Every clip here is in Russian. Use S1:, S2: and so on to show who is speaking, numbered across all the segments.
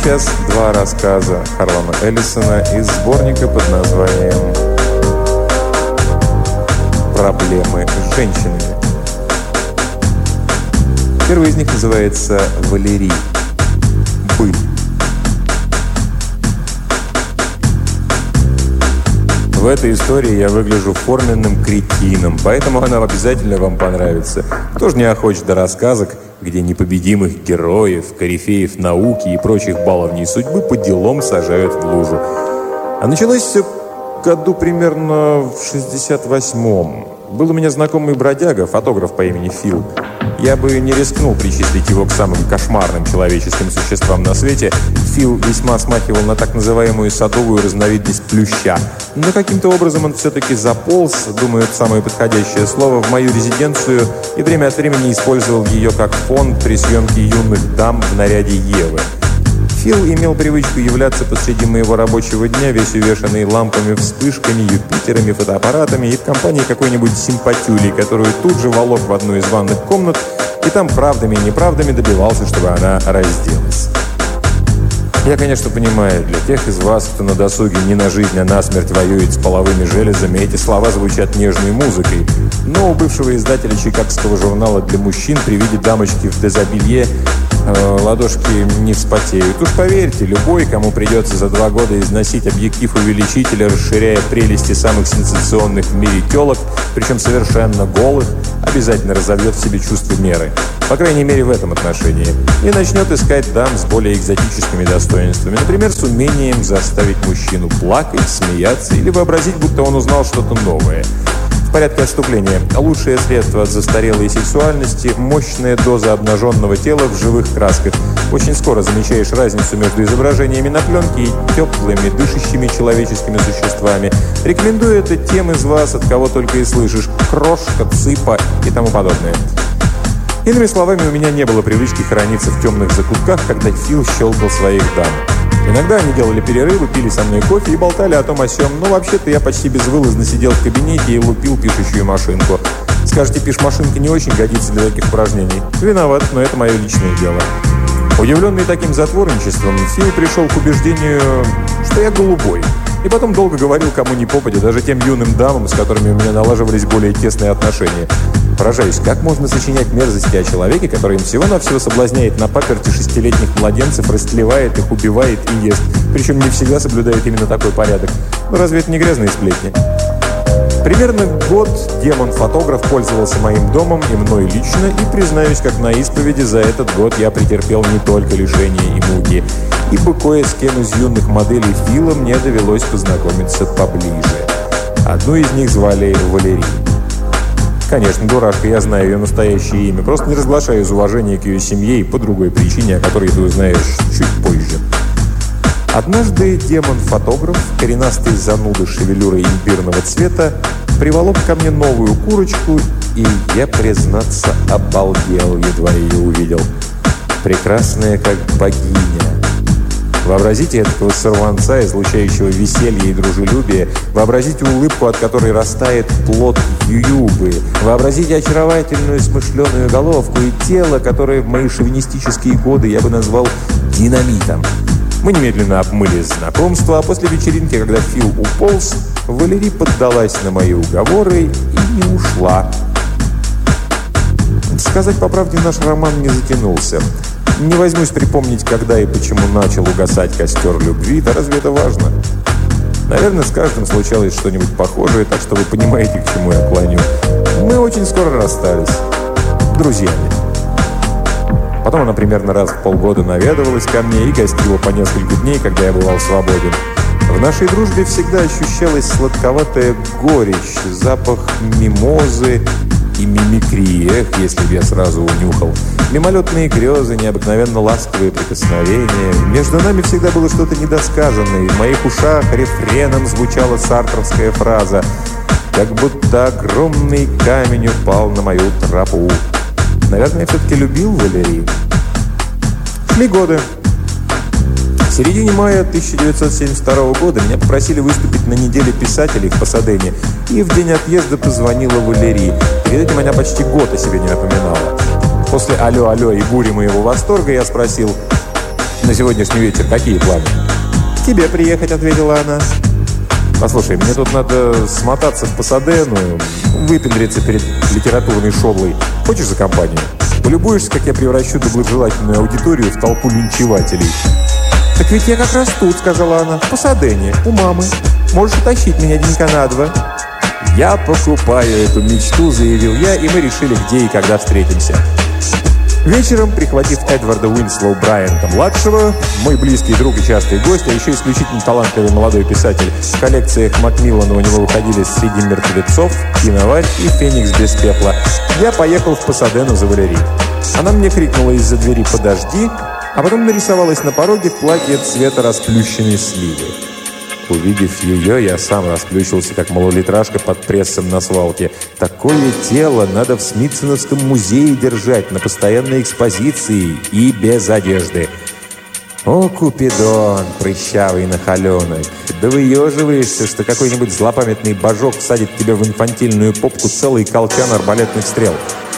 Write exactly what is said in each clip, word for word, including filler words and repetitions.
S1: сейчас два рассказа Харлама Эллисона из сборника под названием «Проблемы с женщинами». Первый из них называется «Валерий. Быль». В этой истории я выгляжу форменным кретином, поэтому она обязательно вам понравится. Кто ж не охочет до рассказок, где непобедимых героев, корифеев науки и прочих баловней судьбы по делам сажают в лужу. А началось все году примерно в шестьдесят восьмом. Был у меня знакомый бродяга, фотограф по имени Фил. Я бы не рискнул причислить его к самым кошмарным человеческим существам на свете. Фил весьма смахивал на так называемую садовую разновидность плюща. Но каким-то образом он все-таки заполз, думаю, это самое подходящее слово, в мою резиденцию и время от времени использовал ее как фон при съемке юных дам в наряде Евы. Фил имел привычку являться посреди моего рабочего дня, весь увешанный лампами, вспышками, юпитерами, фотоаппаратами и в компании какой-нибудь симпатюли, которую тут же волок в одну из ванных комнат и там правдами и неправдами добивался, чтобы она разделась. Я, конечно, понимаю, для тех из вас, кто на досуге не на жизнь, а на смерть воюет с половыми железами, эти слова звучат нежной музыкой. Но у бывшего издателя чикагского журнала для мужчин при виде дамочки в дезобелье э, ладошки не вспотеют. Уж поверьте, любой, кому придется за два года износить объектив увеличителя, расширяя прелести самых сенсационных в мире телок, причем совершенно голых, обязательно разовьет в себе чувство меры. По крайней мере, в этом отношении. И начнет искать дам с более экзотическими достоинствами. Например, с умением заставить мужчину плакать, смеяться или вообразить, будто он узнал что-то новое. В порядке отступления. Лучшее средство от застарелой сексуальности – мощная доза обнаженного тела в живых красках. Очень скоро замечаешь разницу между изображениями на пленке и теплыми, дышащими человеческими существами. Рекомендую это тем из вас, от кого только и слышишь – крошка, цыпа и тому подобное. Иными словами, у меня не было привычки храниться в темных закутках, когда Фил щелкал своих дам. Иногда они делали перерывы, пили со мной кофе и болтали о том о сём, но вообще-то я почти безвылазно сидел в кабинете и лупил пишущую машинку. Скажете, пиш-машинка не очень годится для таких упражнений. Виноват, но это мое личное дело. Удивленный таким затворничеством, Фил пришел к убеждению, что я голубой. И потом долго говорил кому ни попадя, даже тем юным дамам, с которыми у меня налаживались более тесные отношения. Поражаюсь, как можно сочинять мерзости о человеке, который им всего-навсего соблазняет на паперти шестилетних младенцев, растлевает их, убивает и ест. Причем не всегда соблюдает именно такой порядок. Но разве это не грязные сплетни? Примерно год демон-фотограф пользовался моим домом и мной лично, и, признаюсь, как на исповеди, за этот год я претерпел не только лишения и муки, ибо кое с кем из юных моделей Фила мне довелось познакомиться поближе. Одну из них звали Валерий. Конечно, дурашка, я знаю ее настоящее имя, просто не разглашаю из уважения к ее семье и по другой причине, о которой ты узнаешь чуть позже. Однажды демон-фотограф, коренастый зануда шевелюрой имбирного цвета, приволок ко мне новую курочку, и я, признаться, обалдел, едва ее увидел. Прекрасная, как богиня. Вообразите этого сорванца, излучающего веселье и дружелюбие. Вообразите улыбку, от которой растает плод ююбы. Вообразите очаровательную смышленую головку и тело, которое в мои шовинистические годы я бы назвал динамитом. Мы немедленно обмыли знакомство, а после вечеринки, когда Фил уполз, Валерий поддалась на мои уговоры и не ушла. Сказать по правде, наш роман не затянулся. Не возьмусь припомнить, когда и почему начал угасать костер любви, да разве это важно? Наверное, с каждым случалось что-нибудь похожее, так что вы понимаете, к чему я клоню. Мы очень скоро расстались. Друзьями. Потом она примерно раз в полгода наведывалась ко мне и гостила по несколько дней, когда я бывал свободен. В нашей дружбе всегда ощущалась сладковатая горечь, запах мимозы и мимикрии, эх, если бы я сразу унюхал. Мимолетные грезы, необыкновенно ласковые прикосновения. Между нами всегда было что-то недосказанное. В моих ушах рефреном звучала сартровская фраза «Как будто огромный камень упал на мою тропу». Наверное, я все-таки любил Валерий. Шли годы. В середине мая тысяча девятьсот семьдесят второго года меня попросили выступить на неделе писателей в Пасадене. И в день отъезда позвонила Валерий. Перед этим она почти год о себе не напоминала. После «Алло, алло» и бури моего восторга я спросил: На сегодняшний вечер какие планы?
S2: «К тебе приехать», — ответила она.
S1: «Послушай, мне тут надо смотаться в Пасадену, выпендриться перед литературной шоблой. Хочешь за компанию? Полюбуешься, как я превращу доброжелательную аудиторию в толпу линчевателей».
S2: «Так ведь я как раз тут», — сказала она, — «в Пасадене, у мамы. Можешь утащить меня денька на два».
S1: «Я покупаю эту мечту», — заявил я, и мы решили, где и когда встретимся. Вечером, прихватив Эдварда Уинслоу Брайанта-младшего, мой близкий друг и частый гость, а еще исключительно талантливый молодой писатель, в коллекциях Макмиллана у него выходили «Среди мертвецов», «Киноварь» и «Феникс без пепла», я поехал в Пасадену за Валери. Она мне крикнула из-за двери «Подожди», а потом нарисовалась на пороге в платье цвета расплющенной сливы. Увидев ее, я сам расплющился, как малолитражка под прессом на свалке. Такое тело надо в Смитсоновском музее держать на постоянной экспозиции и без одежды. О, Купидон, прыщавый нахаленок, да выеживаешься, что какой-нибудь злопамятный божок всадит тебе в инфантильную попку целый колчан арбалетных стрел.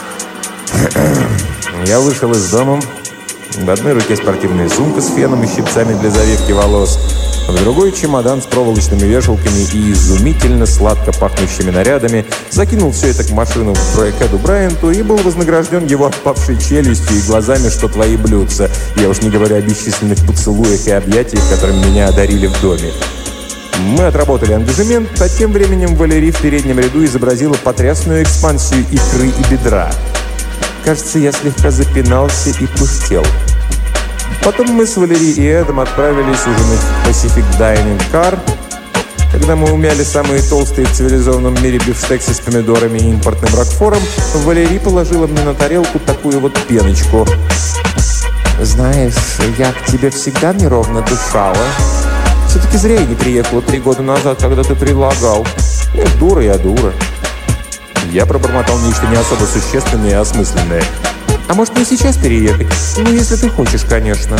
S1: Я вышел из дома. В одной руке спортивная сумка с феном и щипцами для завивки волос, в другой чемодан с проволочными вешалками и изумительно сладко пахнущими нарядами. Закинул все это к машину к Эду Брайанту и был вознагражден его отпавшей челюстью и глазами, что твои блюдца. Я уж не говорю о бесчисленных поцелуях и объятиях, которыми меня одарили в доме. Мы отработали ангажемент, а тем временем Валери в переднем ряду изобразила потрясную экспансию икры и бедра. Кажется, я слегка запинался и пыхтел. Потом мы с Валери и Эдом отправились ужинать в Pacific Dining Car. Когда мы умяли самые толстые в цивилизованном мире бифштексы с помидорами и импортным рокфором, Валери положила мне на тарелку такую вот пеночку.
S2: «Знаешь, я к тебе всегда неровно дышала. Все-таки зря я не приехала три года назад, когда ты предлагал.
S1: Нет, дура я, дура». Я пробормотал нечто не особо существенное и осмысленное.
S2: «А может, мне сейчас переехать? Ну, если ты хочешь, конечно».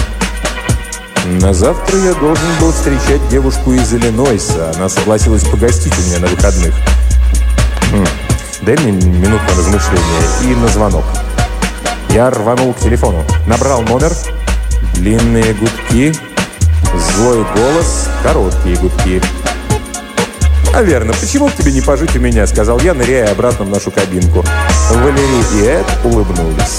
S1: На завтра я должен был встречать девушку из Иллинойса. Она согласилась погостить у меня на выходных. Хм. Дай мне минуту на размышление и на звонок. Я рванул к телефону. Набрал номер. Длинные гудки. Злой голос. Короткие гудки. «А верно, почему бы тебе не пожить у меня?» — сказал я, ныряя обратно в нашу кабинку. Валери и Эд улыбнулись.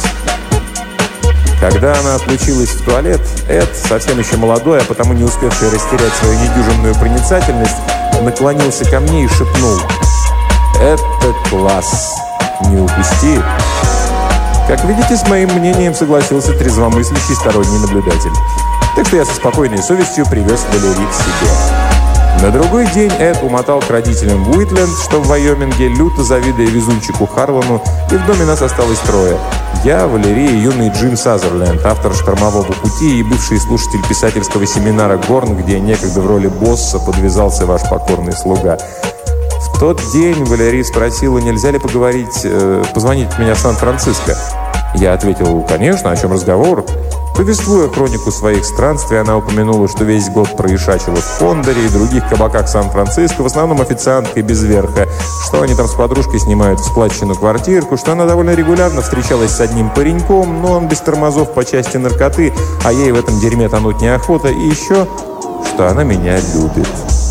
S1: Когда она отлучилась в туалет, Эд, совсем еще молодой, а потому не успевший растерять свою недюжинную проницательность, наклонился ко мне и шепнул: «Это класс! Не упусти!» Как видите, с моим мнением согласился трезвомыслящий сторонний наблюдатель. Так что я со спокойной совестью привез Валери к себе. На другой день Эд умотал к родителям в Уитленд, что в Вайоминге, люто завидуя везунчику Харлану, и в доме нас осталось трое. Я, Валери и юный Джим Сазерленд, автор «Штормового пути» и бывший слушатель писательского семинара «Горн», где некогда в роли босса подвязался ваш покорный слуга. В тот день Валери спросила, нельзя ли поговорить, э, позвонить от меня в Сан-Франциско. Я ответил: «Конечно, о чем разговор?» Повествуя хронику своих странствий, она упомянула, что весь год проишачила в Фондере и других кабаках Сан-Франциско, в основном официанткой без верха, что они там с подружкой снимают в складчину квартирку, что она довольно регулярно встречалась с одним пареньком, но он без тормозов по части наркоты, а ей в этом дерьме тонуть неохота, и еще, что она меня любит.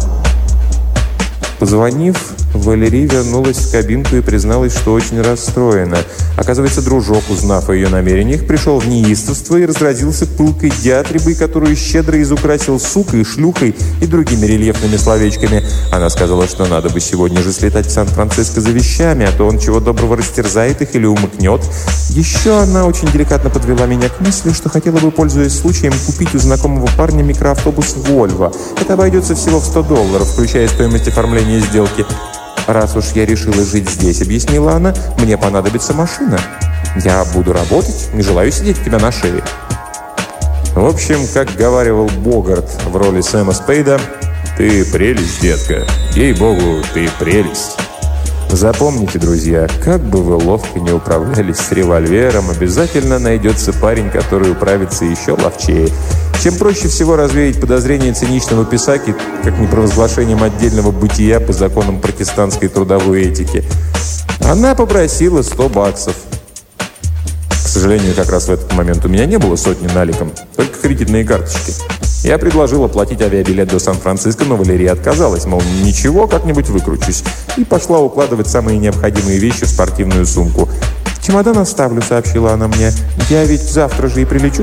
S1: Позвонив, Валери вернулась в кабинку и призналась, что очень расстроена. Оказывается, дружок, узнав о ее намерениях, пришел в неистовство и разразился пылкой диатрибой, которую щедро изукрасил сукой, шлюхой и другими рельефными словечками. Она сказала, что надо бы сегодня же слетать в Сан-Франциско за вещами, а то он чего доброго растерзает их или умыкнет. Еще она очень деликатно подвела меня к мысли, что хотела бы, пользуясь случаем, купить у знакомого парня микроавтобус «Вольво». Это обойдется всего в сто долларов, включая стоимость оформления сделки. «Раз уж я решила жить здесь», — объяснила она, — «мне понадобится машина. Я буду работать, не желаю сидеть у тебя на шее». В общем, как говаривал Богарт в роли Сэма Спейда, «Ты прелесть, детка. Ей-богу, ты прелесть». Запомните, друзья, как бы вы ловко не управлялись с револьвером, обязательно найдется парень, который управится еще ловчее. Чем проще всего развеять подозрения циничного писаки, как непровозглашением отдельного бытия по законам протестантской трудовой этики. Она попросила сто баксов. К сожалению, как раз в этот момент у меня не было сотни наликом, только кредитные карточки. Я предложил оплатить авиабилет до Сан-Франциско, но Валерия отказалась, мол, ничего, как-нибудь выкручусь. И пошла укладывать самые необходимые вещи в спортивную сумку. «Чемодан оставлю», — сообщила она мне. «Я ведь завтра же и прилечу».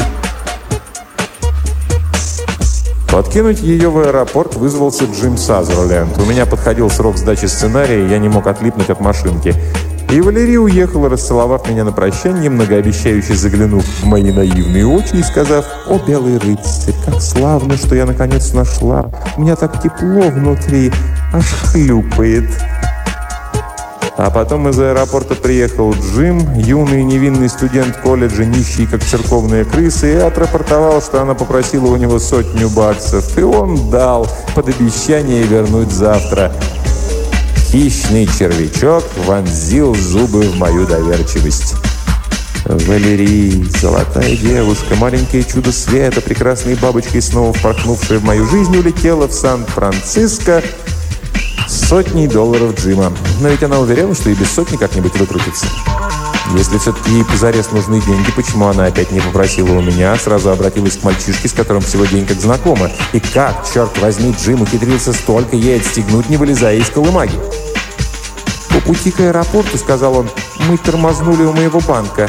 S1: Подкинуть ее в аэропорт вызвался Джим Сазерленд. У меня подходил срок сдачи сценария, и я не мог отлипнуть от машинки. И Валерия уехала, расцеловав меня на прощание, многообещающе заглянув в мои наивные очи и сказав: «О, белый рыцарь, как славно, что я наконец нашла! У меня так тепло внутри, аж хлюпает!» А потом из аэропорта приехал Джим, юный невинный студент колледжа, нищий как церковная крыса, и отрапортовал, что она попросила у него сотню баксов. И он дал, под обещание вернуть завтра. Хищный червячок вонзил зубы в мою доверчивость. Валерий, золотая девушка, маленькое чудо света, прекрасной бабочкой, снова впорхнувшая в мою жизнь, улетела в Сан-Франциско с сотней долларов Джима. Но ведь она уверяла, что и без сотни как-нибудь выкрутится. Если все-таки ей позарез нужны деньги, почему она опять не попросила у меня, сразу обратилась к мальчишке, с которым всего день как знакома? И как, черт возьми, Джим ухитрился столько ей отстегнуть, не вылезая из колымаги? «По пути к аэропорту, — сказал он, — мы тормознули у моего банка».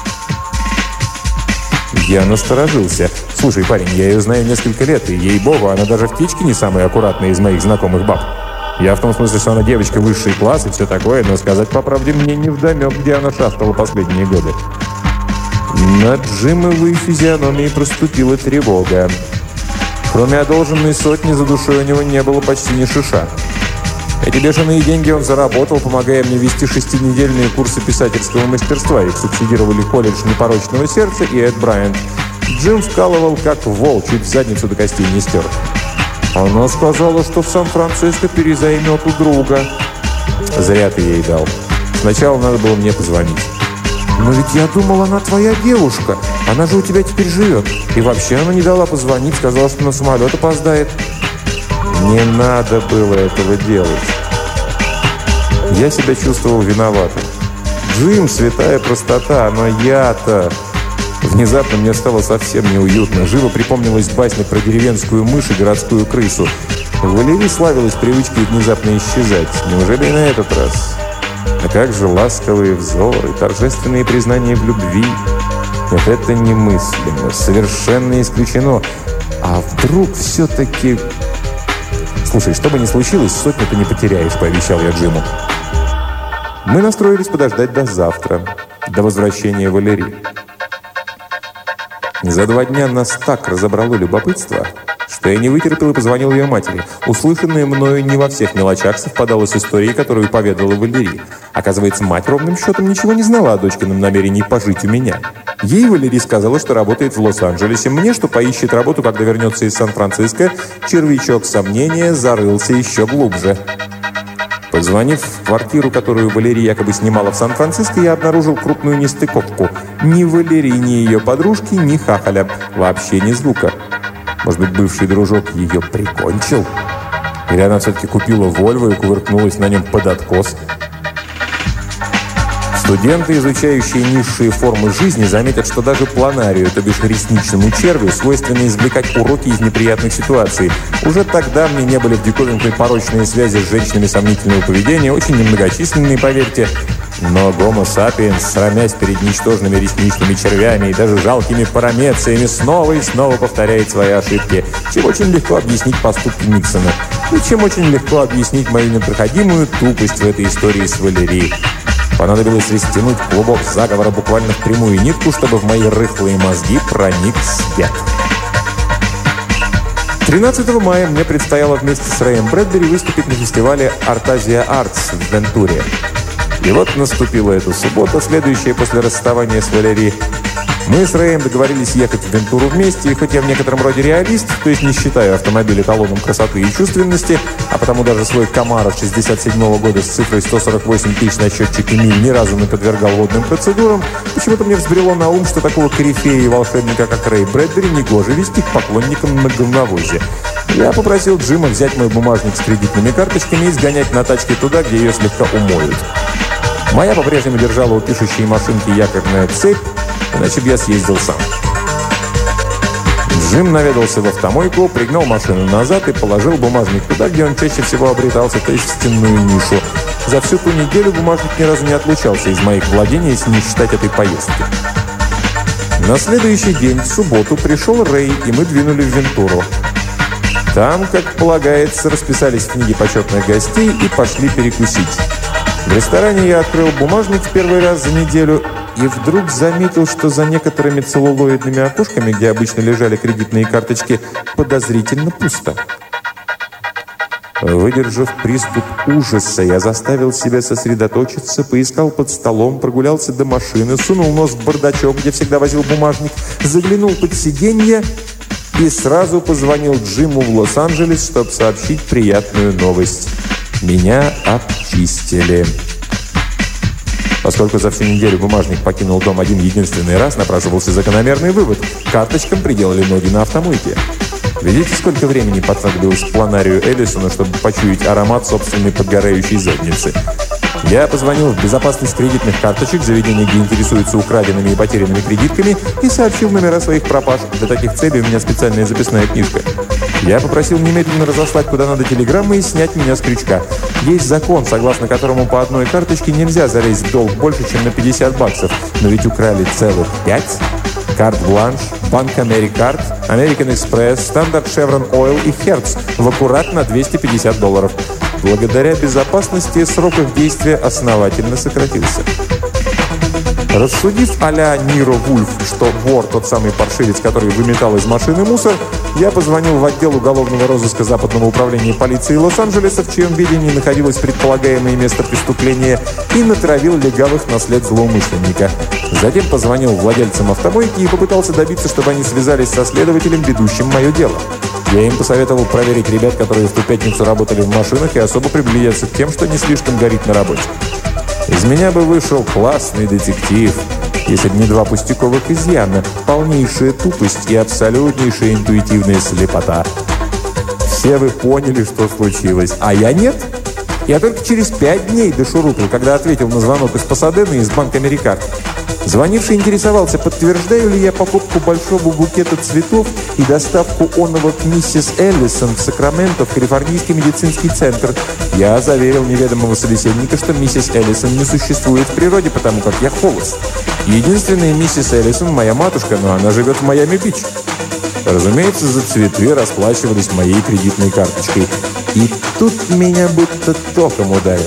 S1: Я насторожился. «Слушай, парень, я ее знаю несколько лет, и, ей-богу, она даже в птичке не самая аккуратная из моих знакомых баб. Я в том смысле, что она девочка высший класс и все такое, но сказать по правде мне невдомек, где она шастала последние годы». На Джимовой физиономии проступила тревога. Кроме одолженной сотни, за душой у него не было почти ни шиша. Эти бешеные деньги он заработал, помогая мне вести шестинедельные курсы писательского мастерства. Их субсидировали колледж непорочного сердца и Эд Брайант. Джим вкалывал как вол, чуть задницу до костей не стер. Она сказала, что в Сан-Франциско перезаймет у друга. Зря ты ей дал. Сначала надо было мне позвонить. «Но ведь я думал, она твоя девушка. Она же у тебя теперь живет. И вообще она не дала позвонить, сказала, что на самолет опоздает». Не надо было этого делать. Я себя чувствовал виноватым. Джим, святая простота, но я-то... Внезапно мне стало совсем неуютно. Живо припомнилась басня про деревенскую мышь и городскую крысу. Валерия славилась привычкой внезапно исчезать. Неужели и на этот раз? А как же ласковые взоры, торжественные признания в любви? Нет, это немыслимо, совершенно исключено. А вдруг все-таки... «Слушай, что бы ни случилось, сотню ты не потеряешь», — пообещал я Джиму. Мы настроились подождать до завтра, до возвращения Валерии. За два дня нас так разобрало любопытство, что я не вытерпел и позвонил ее матери. Услышанное мною не во всех мелочах совпадало с историей, которую поведала Валерия. Оказывается, мать ровным счетом ничего не знала о дочкином намерении пожить у меня. Ей Валерия сказала, что работает в Лос-Анджелесе, мне, что поищет работу, когда вернется из Сан-Франциско. Червячок сомнения зарылся еще глубже. Позвонив в квартиру, которую Валерия якобы снимала в Сан-Франциско, я обнаружил крупную нестыковку. Ни Валерии, ни ее подружки, ни хахаля. Вообще ни звука. Может быть, бывший дружок ее прикончил? Или она все-таки купила Вольво и кувыркнулась на нем под откос? Студенты, изучающие низшие формы жизни, заметят, что даже планарию, то бишь ресничному червю, свойственно извлекать уроки из неприятных ситуаций. Уже тогда мне не были в диковинкой порочные связи с женщинами сомнительного поведения, очень немногочисленные, поверьте. Но гомо сапиенс, срамясь перед ничтожными ресничными червями и даже жалкими парамециями, снова и снова повторяет свои ошибки, чем очень легко объяснить поступки Никсона. И чем очень легко объяснить мою непроходимую тупость в этой истории с Валерией. Понадобилось растянуть клубок заговора буквально в прямую нитку, чтобы в мои рыхлые мозги проник свет. тринадцатого мая мне предстояло вместе с Рэем Брэдбери выступить на фестивале Artasia Arts в Вентуре. И вот наступила эта суббота, следующая после расставания с Валерией. Мы с Рэем договорились ехать в Вентуру вместе, и хоть я в некотором роде реалист, то есть не считаю автомобиль эталоном красоты и чувственности, а потому даже свой Камаро шестьдесят седьмого года с цифрой сто сорок восемь тысяч на счетчике миль ни разу не подвергал водным процедурам, почему-то мне взбрело на ум, что такого корифея и волшебника, как Рэй Брэдбери, негоже вести к поклонникам на говновозе. Я попросил Джима взять мой бумажник с кредитными карточками и сгонять на тачке туда, где ее слегка умоют. Моя по-прежнему держала у пишущей машинки якорная цепь, Иначе бы я съездил сам. Джим наведался в автомойку, пригнал машину назад и положил бумажник туда, где он чаще всего обретался, то есть в стенную нишу. За всю ту неделю бумажник ни разу не отлучался из моих владений, если не считать этой поездки. На следующий день, в субботу, пришел Рэй, и мы двинули в Вентуру. Там, как полагается, расписались в книге почетных гостей и пошли перекусить. В ресторане я открыл бумажник в первый раз за неделю и вдруг заметил, что за некоторыми целлулоидными окошками, где обычно лежали кредитные карточки, подозрительно пусто. Выдержав приступ ужаса, я заставил себя сосредоточиться, поискал под столом, прогулялся до машины, сунул нос в бардачок, где всегда возил бумажник, заглянул под сиденье и сразу позвонил Джиму в Лос-Анджелес, чтобы сообщить приятную новость. Меня обчистили. Поскольку за всю неделю бумажник покинул дом один единственный раз, напрашивался закономерный вывод. Карточкам приделали ноги на автомойке. Видите, сколько времени потребовалось планарию Эллисону, чтобы почуять аромат собственной подгорающей задницы? Я позвонил в безопасность кредитных карточек, заведение, где интересуются украденными и потерянными кредитками, и сообщил номера своих пропаж. Для таких целей у меня специальная записная книжка. Я попросил немедленно разослать куда надо телеграммы и снять меня с крючка. Есть закон, согласно которому по одной карточке нельзя залезть в долг больше, чем на пятьдесят баксов. Но ведь украли целых пять. Карт-бланш, Банк Америкард, American Express, Standard Chevron Oil и Hertz в аккурат на двести пятьдесят долларов. Благодаря безопасности срок их действия основательно сократился. Рассудив а-ля Ниро Вульф, что вор тот самый паршивец, который выметал из машины мусор, я позвонил в отдел уголовного розыска Западного управления полиции Лос-Анджелеса, в чьем видении находилось предполагаемое место преступления, и натравил легавых на след злоумышленника. Затем позвонил владельцам автомойки и попытался добиться, чтобы они связались со следователем, ведущим мое дело. Я им посоветовал проверить ребят, которые в ту пятницу работали в машинах, и особо приблизиться к тем, что не слишком горит на работе. Из меня бы вышел классный детектив, если бы не два пустяковых изъяна, полнейшая тупость и абсолютнейшая интуитивная слепота. Все вы поняли, что случилось, а я нет. Я только через пять дней дошурупил, когда ответил на звонок из Пасадены из Банка Америкард. Звонивший интересовался, подтверждаю ли я покупку большого букета цветов и доставку оного к миссис Эллисон в Сакраменто в Калифорнийский медицинский центр. Я заверил неведомого собеседника, что миссис Эллисон не существует в природе, потому как я холост. Единственная миссис Эллисон – моя матушка, но она живет в Майами-Бич. Разумеется, за цветы расплачивались моей кредитной карточкой. И тут меня будто током ударило.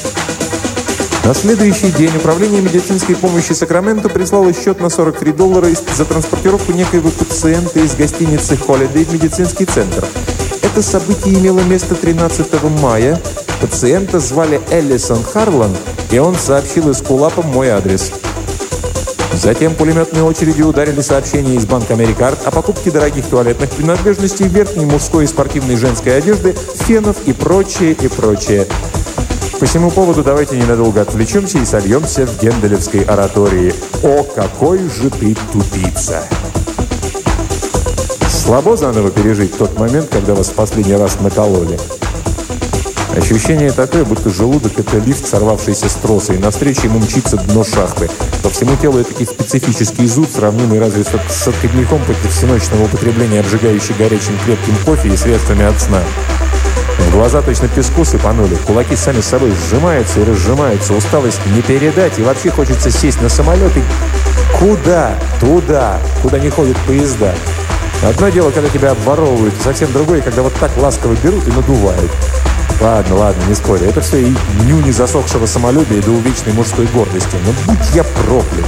S1: На следующий день управление медицинской помощи Сакраменто прислало счет на сорок три доллара за транспортировку некоего пациента из гостиницы «Холидей» в медицинский центр. Это событие имело место тринадцатого мая. Пациента звали Эллисон Харлан, и он сообщил эскулапам мой адрес. Затем пулеметные очереди ударили сообщения из Банка Америкард о покупке дорогих туалетных принадлежностей, верхней мужской и спортивной женской одежды, фенов и прочее, и прочее. По всему поводу давайте ненадолго отвлечемся и сольемся в генделевской оратории. «О, какой же ты тупица!» Слабо заново пережить тот момент, когда вас в последний раз накололи. Ощущение такое, будто желудок – это лифт, сорвавшийся с троса, и навстречу ему мчится дно шахты. По всему телу это таки специфический зуд, сравнимый разве что с отходником после всеночного употребления обжигающей горячим крепким кофе и средствами от сна. В глаза точно песку сыпанули, кулаки сами с собой сжимаются и разжимаются, усталость не передать, и вообще хочется сесть на самолет и куда? Туда, куда не ходят поезда. Одно дело, когда тебя обворовывают, совсем другое, когда вот так ласково берут и надувают. Ладно, ладно, не спорю, это все и нюни засохшего самолюбия до увечной мужской гордости, но будь я проклят.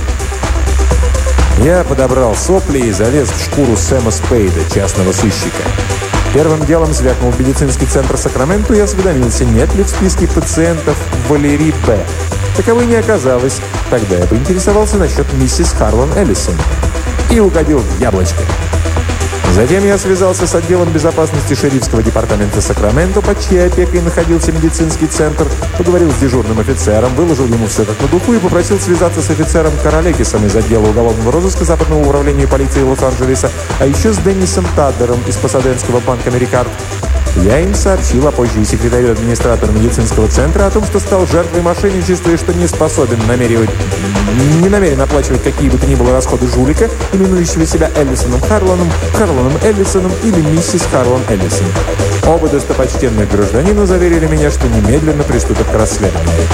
S1: Я подобрал сопли и залез в шкуру Сэма Спейда, частного сыщика. Первым делом звякнул в медицинский центр Сакраменто и осведомился, нет ли в списке пациентов Валерии Б. Таковой не оказалось. Тогда я поинтересовался насчет миссис Харлан Эллисон и угодил в яблочко. Затем я связался с отделом безопасности шерифского департамента Сакраменто, под чьей опекой находился медицинский центр, поговорил с дежурным офицером, выложил ему все как на духу и попросил связаться с офицером Каролегисом из отдела уголовного розыска Западного управления полиции Лос-Анджелеса, а еще с Деннисом Таддером из Пасаденского Банка Америкард. Я им сообщил, а позже и секретарю-администратору медицинского центра, о том, что стал жертвой мошенничества и что не способен намеревать, не намерен оплачивать какие бы то ни было расходы жулика, именующего себя Эллисоном Харланом, Харланом Эллисоном или миссис Харлан Эллисон. Оба достопочтенных гражданина заверили меня, что немедленно приступят к расследованию.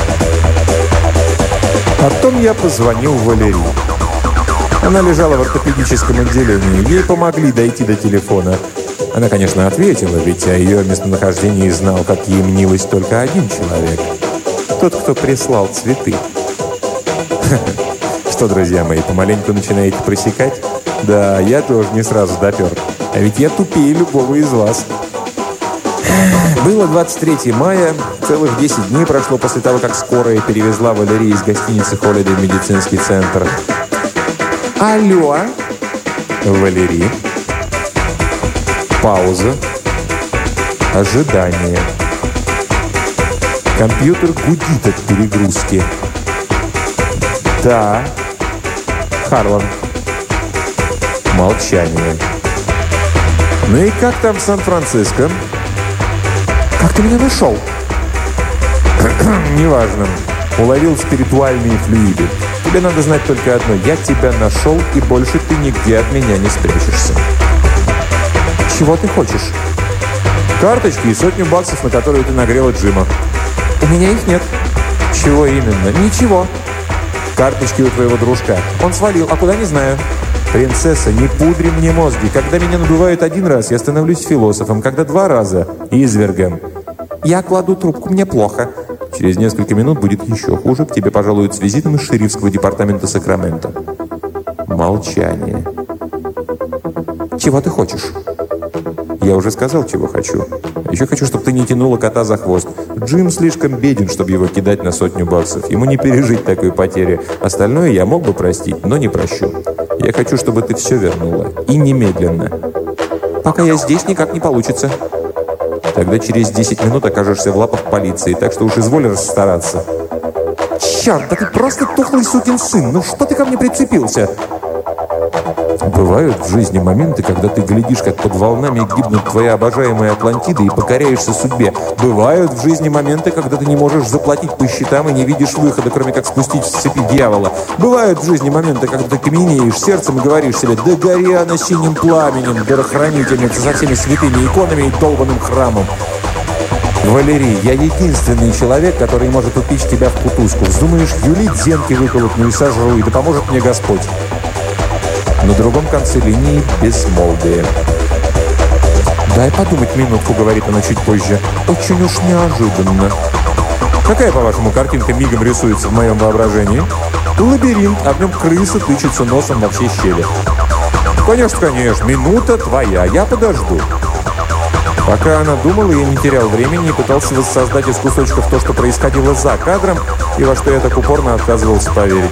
S1: Потом я позвонил Валерии. Она лежала в ортопедическом отделении. Ей помогли дойти до телефона. Она, конечно, ответила, ведь о ее местонахождении знал, как ей мнилось, только один человек. Тот, кто прислал цветы. Что, друзья мои, помаленьку начинаете просекать? Да, я тоже не сразу допер. А ведь я тупее любого из вас. Было двадцать третьего мая. Целых десять дней прошло после того, как скорая перевезла Валерию из гостиницы «Холидей» в медицинский центр. Алло. Валерий. Пауза. Ожидание. Компьютер гудит от перегрузки. Да. Харлан. Молчание. Ну и как там в Сан-Франциско? Как ты меня нашел? Неважно. Уловил спиритуальные флюиды. Тебе надо знать только одно. Я тебя нашел, и больше ты нигде от меня не спрячешься. Чего ты хочешь? Карточки и сотню баксов, на которые ты нагрела Джима. У меня их нет. Чего именно? Ничего. Карточки у твоего дружка. Он свалил, а куда, не знаю. Принцесса, не пудри мне мозги. Когда меня надувают один раз, я становлюсь философом. Когда два раза – извергом. Я кладу трубку, мне плохо. Через несколько минут будет еще хуже. К тебе пожалуют с визитом из шерифского департамента Сакраменто. Молчание. Чего ты хочешь? Я уже сказал, чего хочу. Еще хочу, чтобы ты не тянула кота за хвост. Джим слишком беден, чтобы его кидать на сотню баксов. Ему не пережить такой потери. Остальное я мог бы простить, но не прощу. Я хочу, чтобы ты все вернула. И немедленно. Пока я здесь, никак не получится. Тогда через десять минут окажешься в лапах полиции, так что уж изволь расстараться. Черт, да ты просто тухлый сукин сын. Ну что ты ко мне прицепился? Бывают в жизни моменты, когда ты глядишь, как под волнами гибнут твои обожаемые Атлантиды и покоряешься судьбе. Бывают в жизни моменты, когда ты не можешь заплатить по счетам и не видишь выхода, кроме как спустить с цепи дьявола. Бывают в жизни моменты, когда ты каменеешь сердцем и говоришь себе: «Да гори она синим пламенем, дарохранительница со всеми святыми иконами и долбанным храмом». Валерий, я единственный человек, который может упечь тебя в кутузку. Вздумаешь юлить, зенки выколотну и сожру, и да поможет мне Господь. На другом конце линии безмолвие. «Дай подумать минутку», — говорит она чуть позже. «Очень уж неожиданно». «Какая, по-вашему, картинка мигом рисуется в моем воображении?» «Лабиринт, а в нем крыса тычется носом во все щели». «Конечно, конечно, минута твоя, я подожду». Пока она думала, я не терял времени и пытался воссоздать из кусочков то, что происходило за кадром, и во что я так упорно отказывался поверить.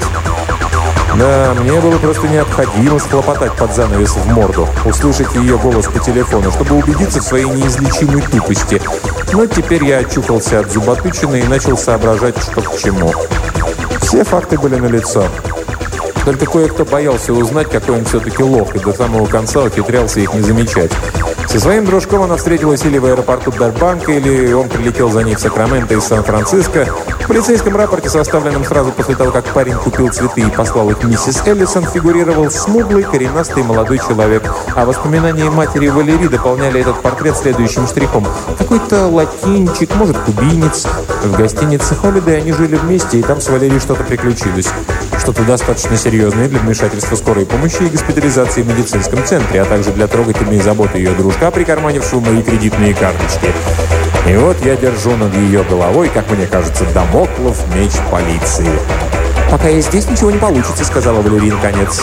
S1: Да, мне было просто необходимо схлопотать под занавес в морду, услышать ее голос по телефону, чтобы убедиться в своей неизлечимой тупости. Но теперь я очухался от зуботычины и начал соображать, что к чему. Все факты были налицо. Только кое-кто боялся узнать, какой он все-таки лох, и до самого конца ухитрялся их не замечать. Со своим дружком она встретилась или в аэропорту Бербанка, или он прилетел за ней в Сакраменто из Сан-Франциско. В полицейском рапорте, составленном сразу после того, как парень купил цветы и послал их миссис Эллисон, фигурировал смуглый, коренастый молодой человек. А воспоминания матери Валерии дополняли этот портрет следующим штрихом. Какой-то латинчик, может, кубинец. В гостинице «Холидей» они жили вместе, и там с Валерией что-то приключилось. Что-то достаточно серьезное для вмешательства скорой помощи и госпитализации в медицинском центре, а также для трогательной заботы ее дружка, прикарманившего мои кредитные карточки. И вот я держу над ее головой, как мне кажется, дамоклов меч полиции. «Пока я здесь, ничего не получится», — сказала Валерия наконец.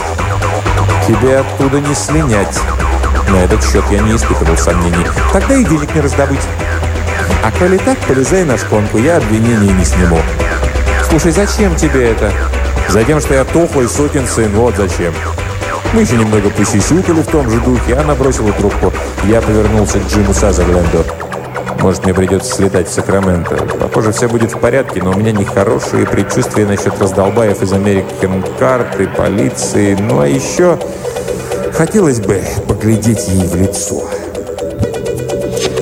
S1: «Тебе оттуда не слинять». На этот счет я не испытывал сомнений. «Тогда и денег не раздобыть». «А коли так, полезай на шконку, я обвинений не сниму». «Слушай, зачем тебе это?» «Затем, что я тухлый сукин сын, вот зачем». Мы еще немного посисюкали в том же духе, она бросила трубку. Я повернулся к Джиму Сазерленду. «Может, мне придется слетать в Сакраменто. Похоже, все будет в порядке, но у меня нехорошие предчувствия насчет раздолбаев из American Card и полиции. Ну, а еще хотелось бы поглядеть ей в лицо».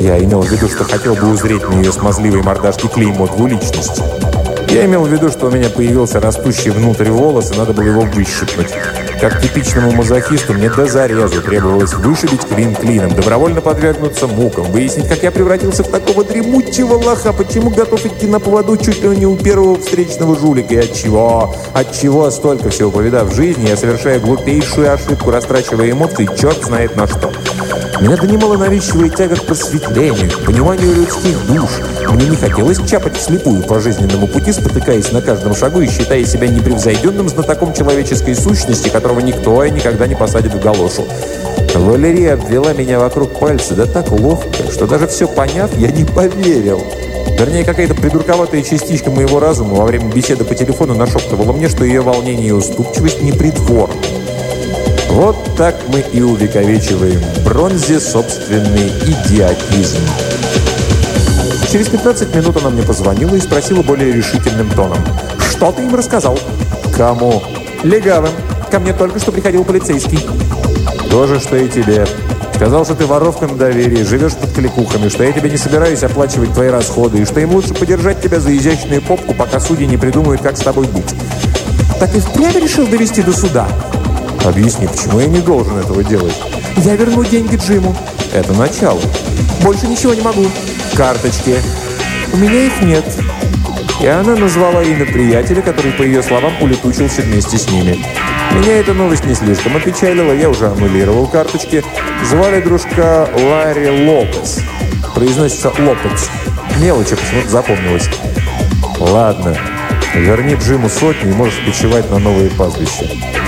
S1: Я имел в виду, что хотел бы узреть на ее смазливой мордашке клеймо двуличности. Я имел в виду, что у меня появился растущий внутрь волос, и надо было его выщипнуть. Как типичному мазохисту мне до зарезу требовалось вышибить клин клином, добровольно подвергнуться мукам, выяснить, как я превратился в такого дремучего лоха, почему готов идти на поводу чуть ли не у первого встречного жулика, и от чего, от чего столько всего повидав в жизни, я совершаю глупейшую ошибку, растрачивая эмоции, черт знает на что. Меня донимала навязчивая тяга к просветлению, к пониманию людских душ. Мне не хотелось чапать вслепую по жизненному пути, спотыкаясь на каждом шагу и считая себя непревзойденным знатоком человеческой сущности, которого никто и никогда не посадит в галошу. Валерия обвела меня вокруг пальца, да так ловко, что даже все поняв, я не поверил. Вернее, какая-то придурковатая частичка моего разума во время беседы по телефону нашептывала мне, что ее волнение и уступчивость непритворны. Вот так мы и увековечиваем в бронзе собственный идиотизм. Через пятнадцать минут она мне позвонила и спросила более решительным тоном. «Что ты им рассказал?» «Кому?» «Легавым. Ко мне только что приходил полицейский». «То же, что и тебе. Сказал, что ты воровка на доверии, живешь под кликухами, что я тебе не собираюсь оплачивать твои расходы, и что им лучше подержать тебя за изящную попку, пока судьи не придумают, как с тобой быть». «Так и впрямь решил довести до суда?» «Объясни, почему я не должен этого делать?» «Я верну деньги Джиму». «Это начало». «Больше ничего не могу». «Карточки». «У меня их нет». И она назвала имя приятеля, который, по ее словам, улетучился вместе с ними. Меня эта новость не слишком опечалила, я уже аннулировал карточки. Звали дружка Ларри Лопес. Произносится Лопес. Мелочи почему-то запомнилось. «Ладно, верни Джиму сотню и можешь почивать на новые пастбища».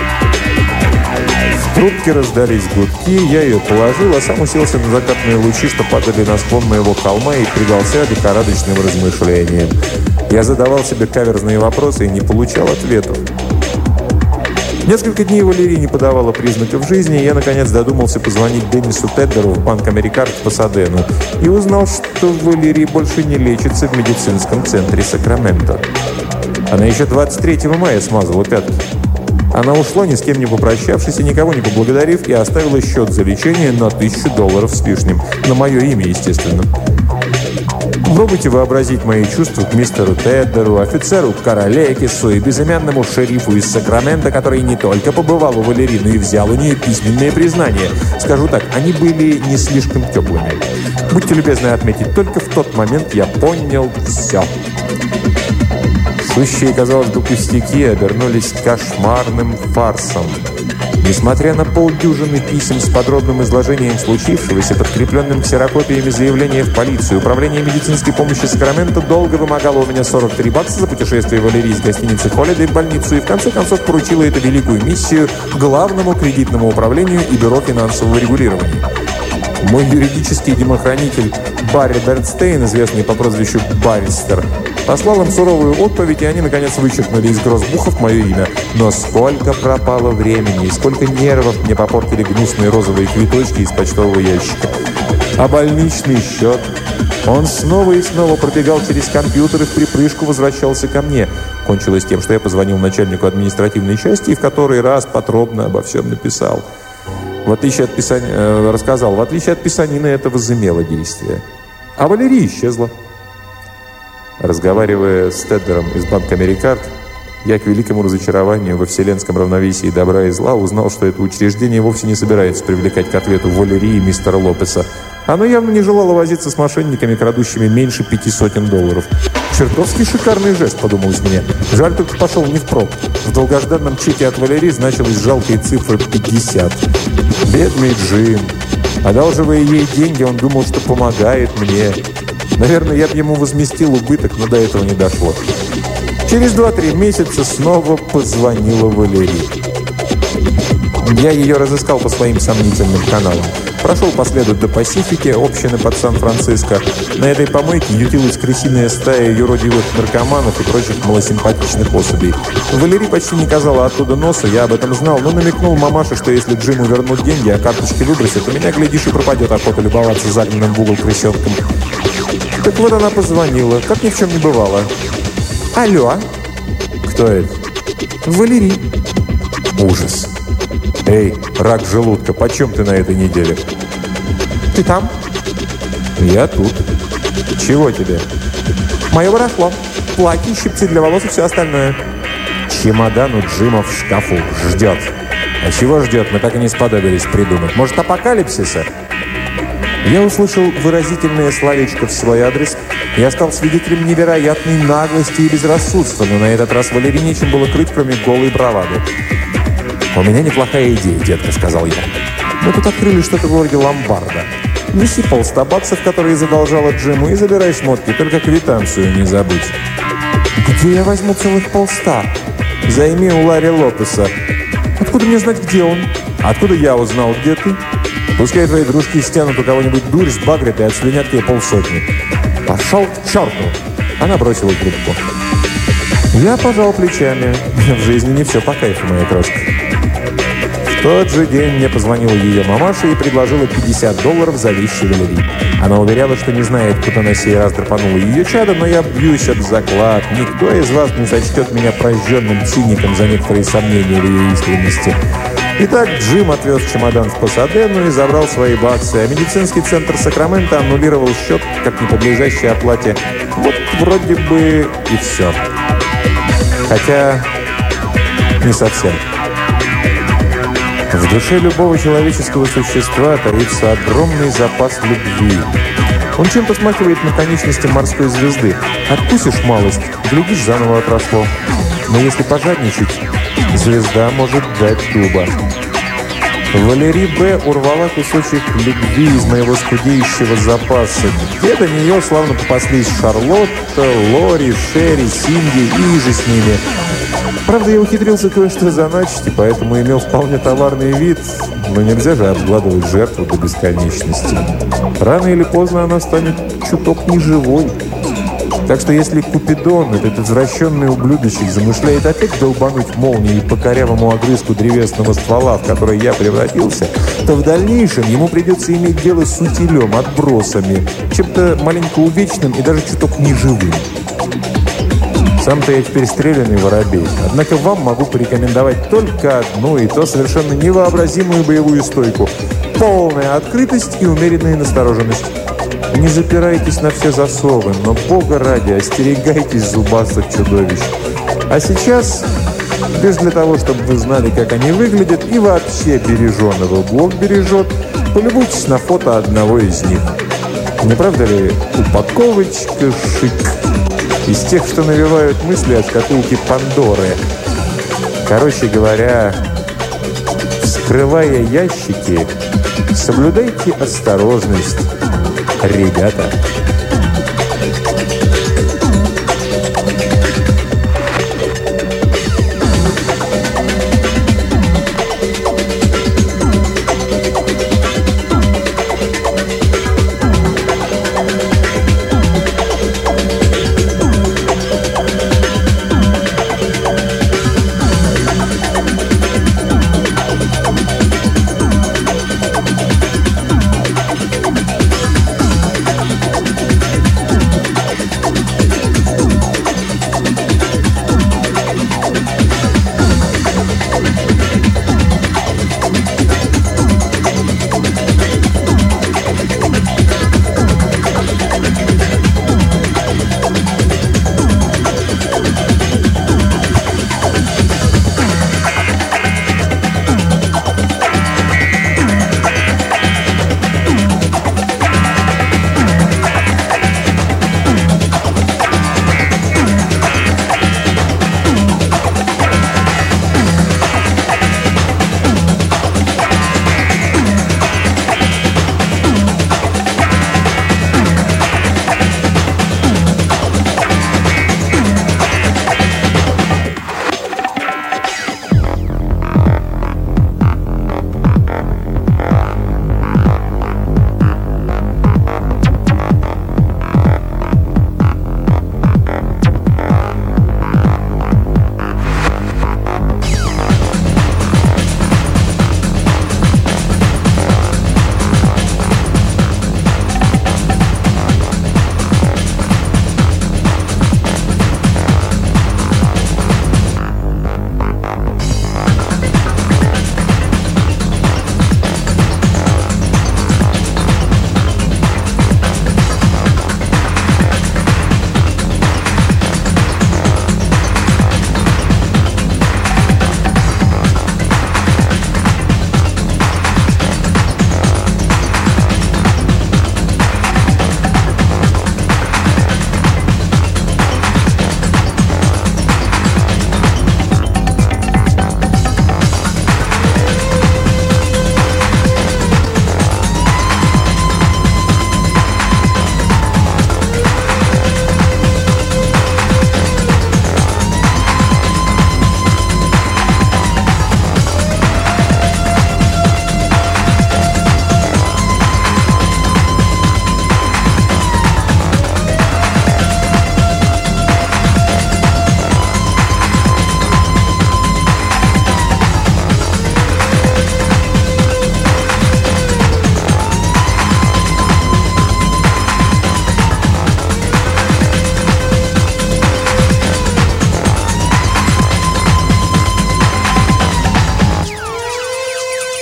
S1: В трубке раздались гудки, я ее положил, а сам уселся на закатные лучи, что падали на склон моего холма, и предался лихорадочным размышлениям. Я задавал себе каверзные вопросы и не получал ответов. Несколько дней Валерия не подавала признаков жизни, и я, наконец, додумался позвонить Деннису Теддеру в банк Америкард в Пасадену и узнал, что Валерия больше не лечится в медицинском центре Сакраменто. Она еще двадцать третьего мая смазала пятки. Она ушла, ни с кем не попрощавшись и никого не поблагодарив, и оставила счет за лечение на тысячу долларов с лишним. На мое имя, естественно. Пробуйте вообразить мои чувства к мистеру Теддеру, офицеру Каралекису и безымянному шерифу из Сакрамента, который не только побывал у Валерии, но и взял у нее письменные признания. Скажу так, они были не слишком теплыми. Будьте любезны отметить, только в тот момент я понял все. Сущие, казалось бы, пустяки обернулись кошмарным фарсом. Несмотря на полдюжины писем с подробным изложением случившегося, подкрепленным ксерокопиями заявления в полицию, Управление медицинской помощи Сакраменто долго вымогало у меня сорок три бакса за путешествие Валерии из гостиницы «Холидей» в больницу и в конце концов поручило эту великую миссию Главному кредитному управлению и Бюро финансового регулирования. Мой юридический демохранитель Барри Бернстейн, известный по прозвищу Барристер, послал им суровую отповедь, и они, наконец, вычеркнули из гроссбухов мое имя. Но сколько пропало времени и сколько нервов мне попортили гнусные розовые цветочки из почтового ящика. А больничный счет? Он снова и снова пробегал через компьютер и в припрыжку возвращался ко мне. Кончилось тем, что я позвонил начальнику административной части и в который раз подробно обо всем написал. В отличие от писания, э, рассказал, в отличие от писанины это возымело действие. А Валерия исчезла. Разговаривая с Теддером из банка Америкард, я к великому разочарованию во вселенском равновесии добра и зла узнал, что это учреждение вовсе не собирается привлекать к ответу Валерии и мистера Лопеса. Оно явно не желало возиться с мошенниками, крадущими меньше пяти сотен долларов. Чертовски шикарный жест, подумалось мне. Жаль, только пошел не впрок. В долгожданном чеке от Валерии значилась жалкая цифра пятьдесят. Бедный Джим. Одалживая ей деньги, он думал, что помогает мне. Наверное, я бы ему возместил убыток, но до этого не дошло. Через два-три месяца снова позвонила Валерия. Я ее разыскал по своим сомнительным каналам. Прошел по следу до Пасифики, общины под Сан-Франциско. На этой помойке ютилась крысиная стая юродивых наркоманов и прочих малосимпатичных особей. Валерия почти не казала оттуда носа, я об этом знал, но намекнул мамаше, что если Джиму вернут деньги, а карточки выбросят, то меня, глядишь, и пропадет охота любоваться загнанным в угол крысенком. Так вот она позвонила, как ни в чем не бывало. «Алло?» «Кто это?» «Валерий». Ужас. «Эй, рак желудка, почем ты на этой неделе?» «Ты там?» «Я тут. Чего тебе?»
S2: «Мое барахло. Платье, щипцы для волос и все остальное».
S1: «Чемодан у Джима в шкафу. Ждет». «А чего ждет? Мы так и не сподобились придумать. Может, апокалипсиса?» Я услышал выразительное словечко в свой адрес. Я стал свидетелем невероятной наглости и безрассудства, но на этот раз Валерий нечем было крыть, кроме голой бравады. «У меня неплохая идея, детка», — сказал я. «Мы тут открыли что-то вроде ломбарда. Неси полста баксов, которые задолжала Джиму, и забирай шмотки, только квитанцию не забудь».
S2: «Где я возьму целых полста?»
S1: «Займи у Ларри Лопеса».
S2: «Откуда мне знать, где он?»
S1: «Откуда я узнал, где ты? Пускай твои дружки стянут у кого-нибудь дурь, сбагрят и отслюнят тебе полсотни».
S2: «Пошел к черту!»
S1: Она бросила трубку. Я пожал плечами. В жизни не все по кайфу, моя крошка. В тот же день мне позвонила ее мамаша и предложила пятьдесят долларов за вещи Валерии. Она уверяла, что не знает, куда на сей раз драпанула ее чадо, но я бьюсь об заклад. Никто из вас не сочтет меня прожженным циником за некоторые сомнения в ее искренности. Итак, Джим отвез чемодан в Пасадену и забрал свои баксы, а медицинский центр Сакраменто аннулировал счет, как не подлежащей оплате. Вот вроде бы и все. Хотя не совсем. В душе любого человеческого существа таится огромный запас любви. Он чем-то смахивает на конечности морской звезды. Откусишь малость, глядишь, заново отросло. Но если пожадничать, звезда может дать дуба. Валерий Б. урвала кусочек любви из моего скудеющего запаса. Где до нее славно попаслись Шарлотта, Лори, Шерри, Синди и же с ними. Правда, я ухитрился кое-что заначить, и поэтому имел вполне товарный вид, но нельзя же обгладывать жертву до бесконечности. Рано или поздно она станет чуток неживой. Так что если Купидон, этот извращенный ублюдочек, замышляет опять долбануть молнией по корявому огрызку древесного ствола, в который я превратился, то в дальнейшем ему придется иметь дело с утилем, отбросами, чем-то маленько увечным и даже чуток неживым. Сам-то я теперь стрелянный воробей, однако вам могу порекомендовать только одну, и то совершенно невообразимую боевую стойку. Полная открытость и умеренная настороженность. Не запирайтесь на все засовы, но, бога ради, остерегайтесь зубастых чудовищ. А сейчас, лишь для того, чтобы вы знали, как они выглядят, и вообще береженого Бог бережет, полюбуйтесь на фото одного из них. Не правда ли, упаковочка шик? Из тех, что навевают мысли о шкатулке Пандоры. Короче говоря, вскрывая ящики, соблюдайте осторожность, ребята.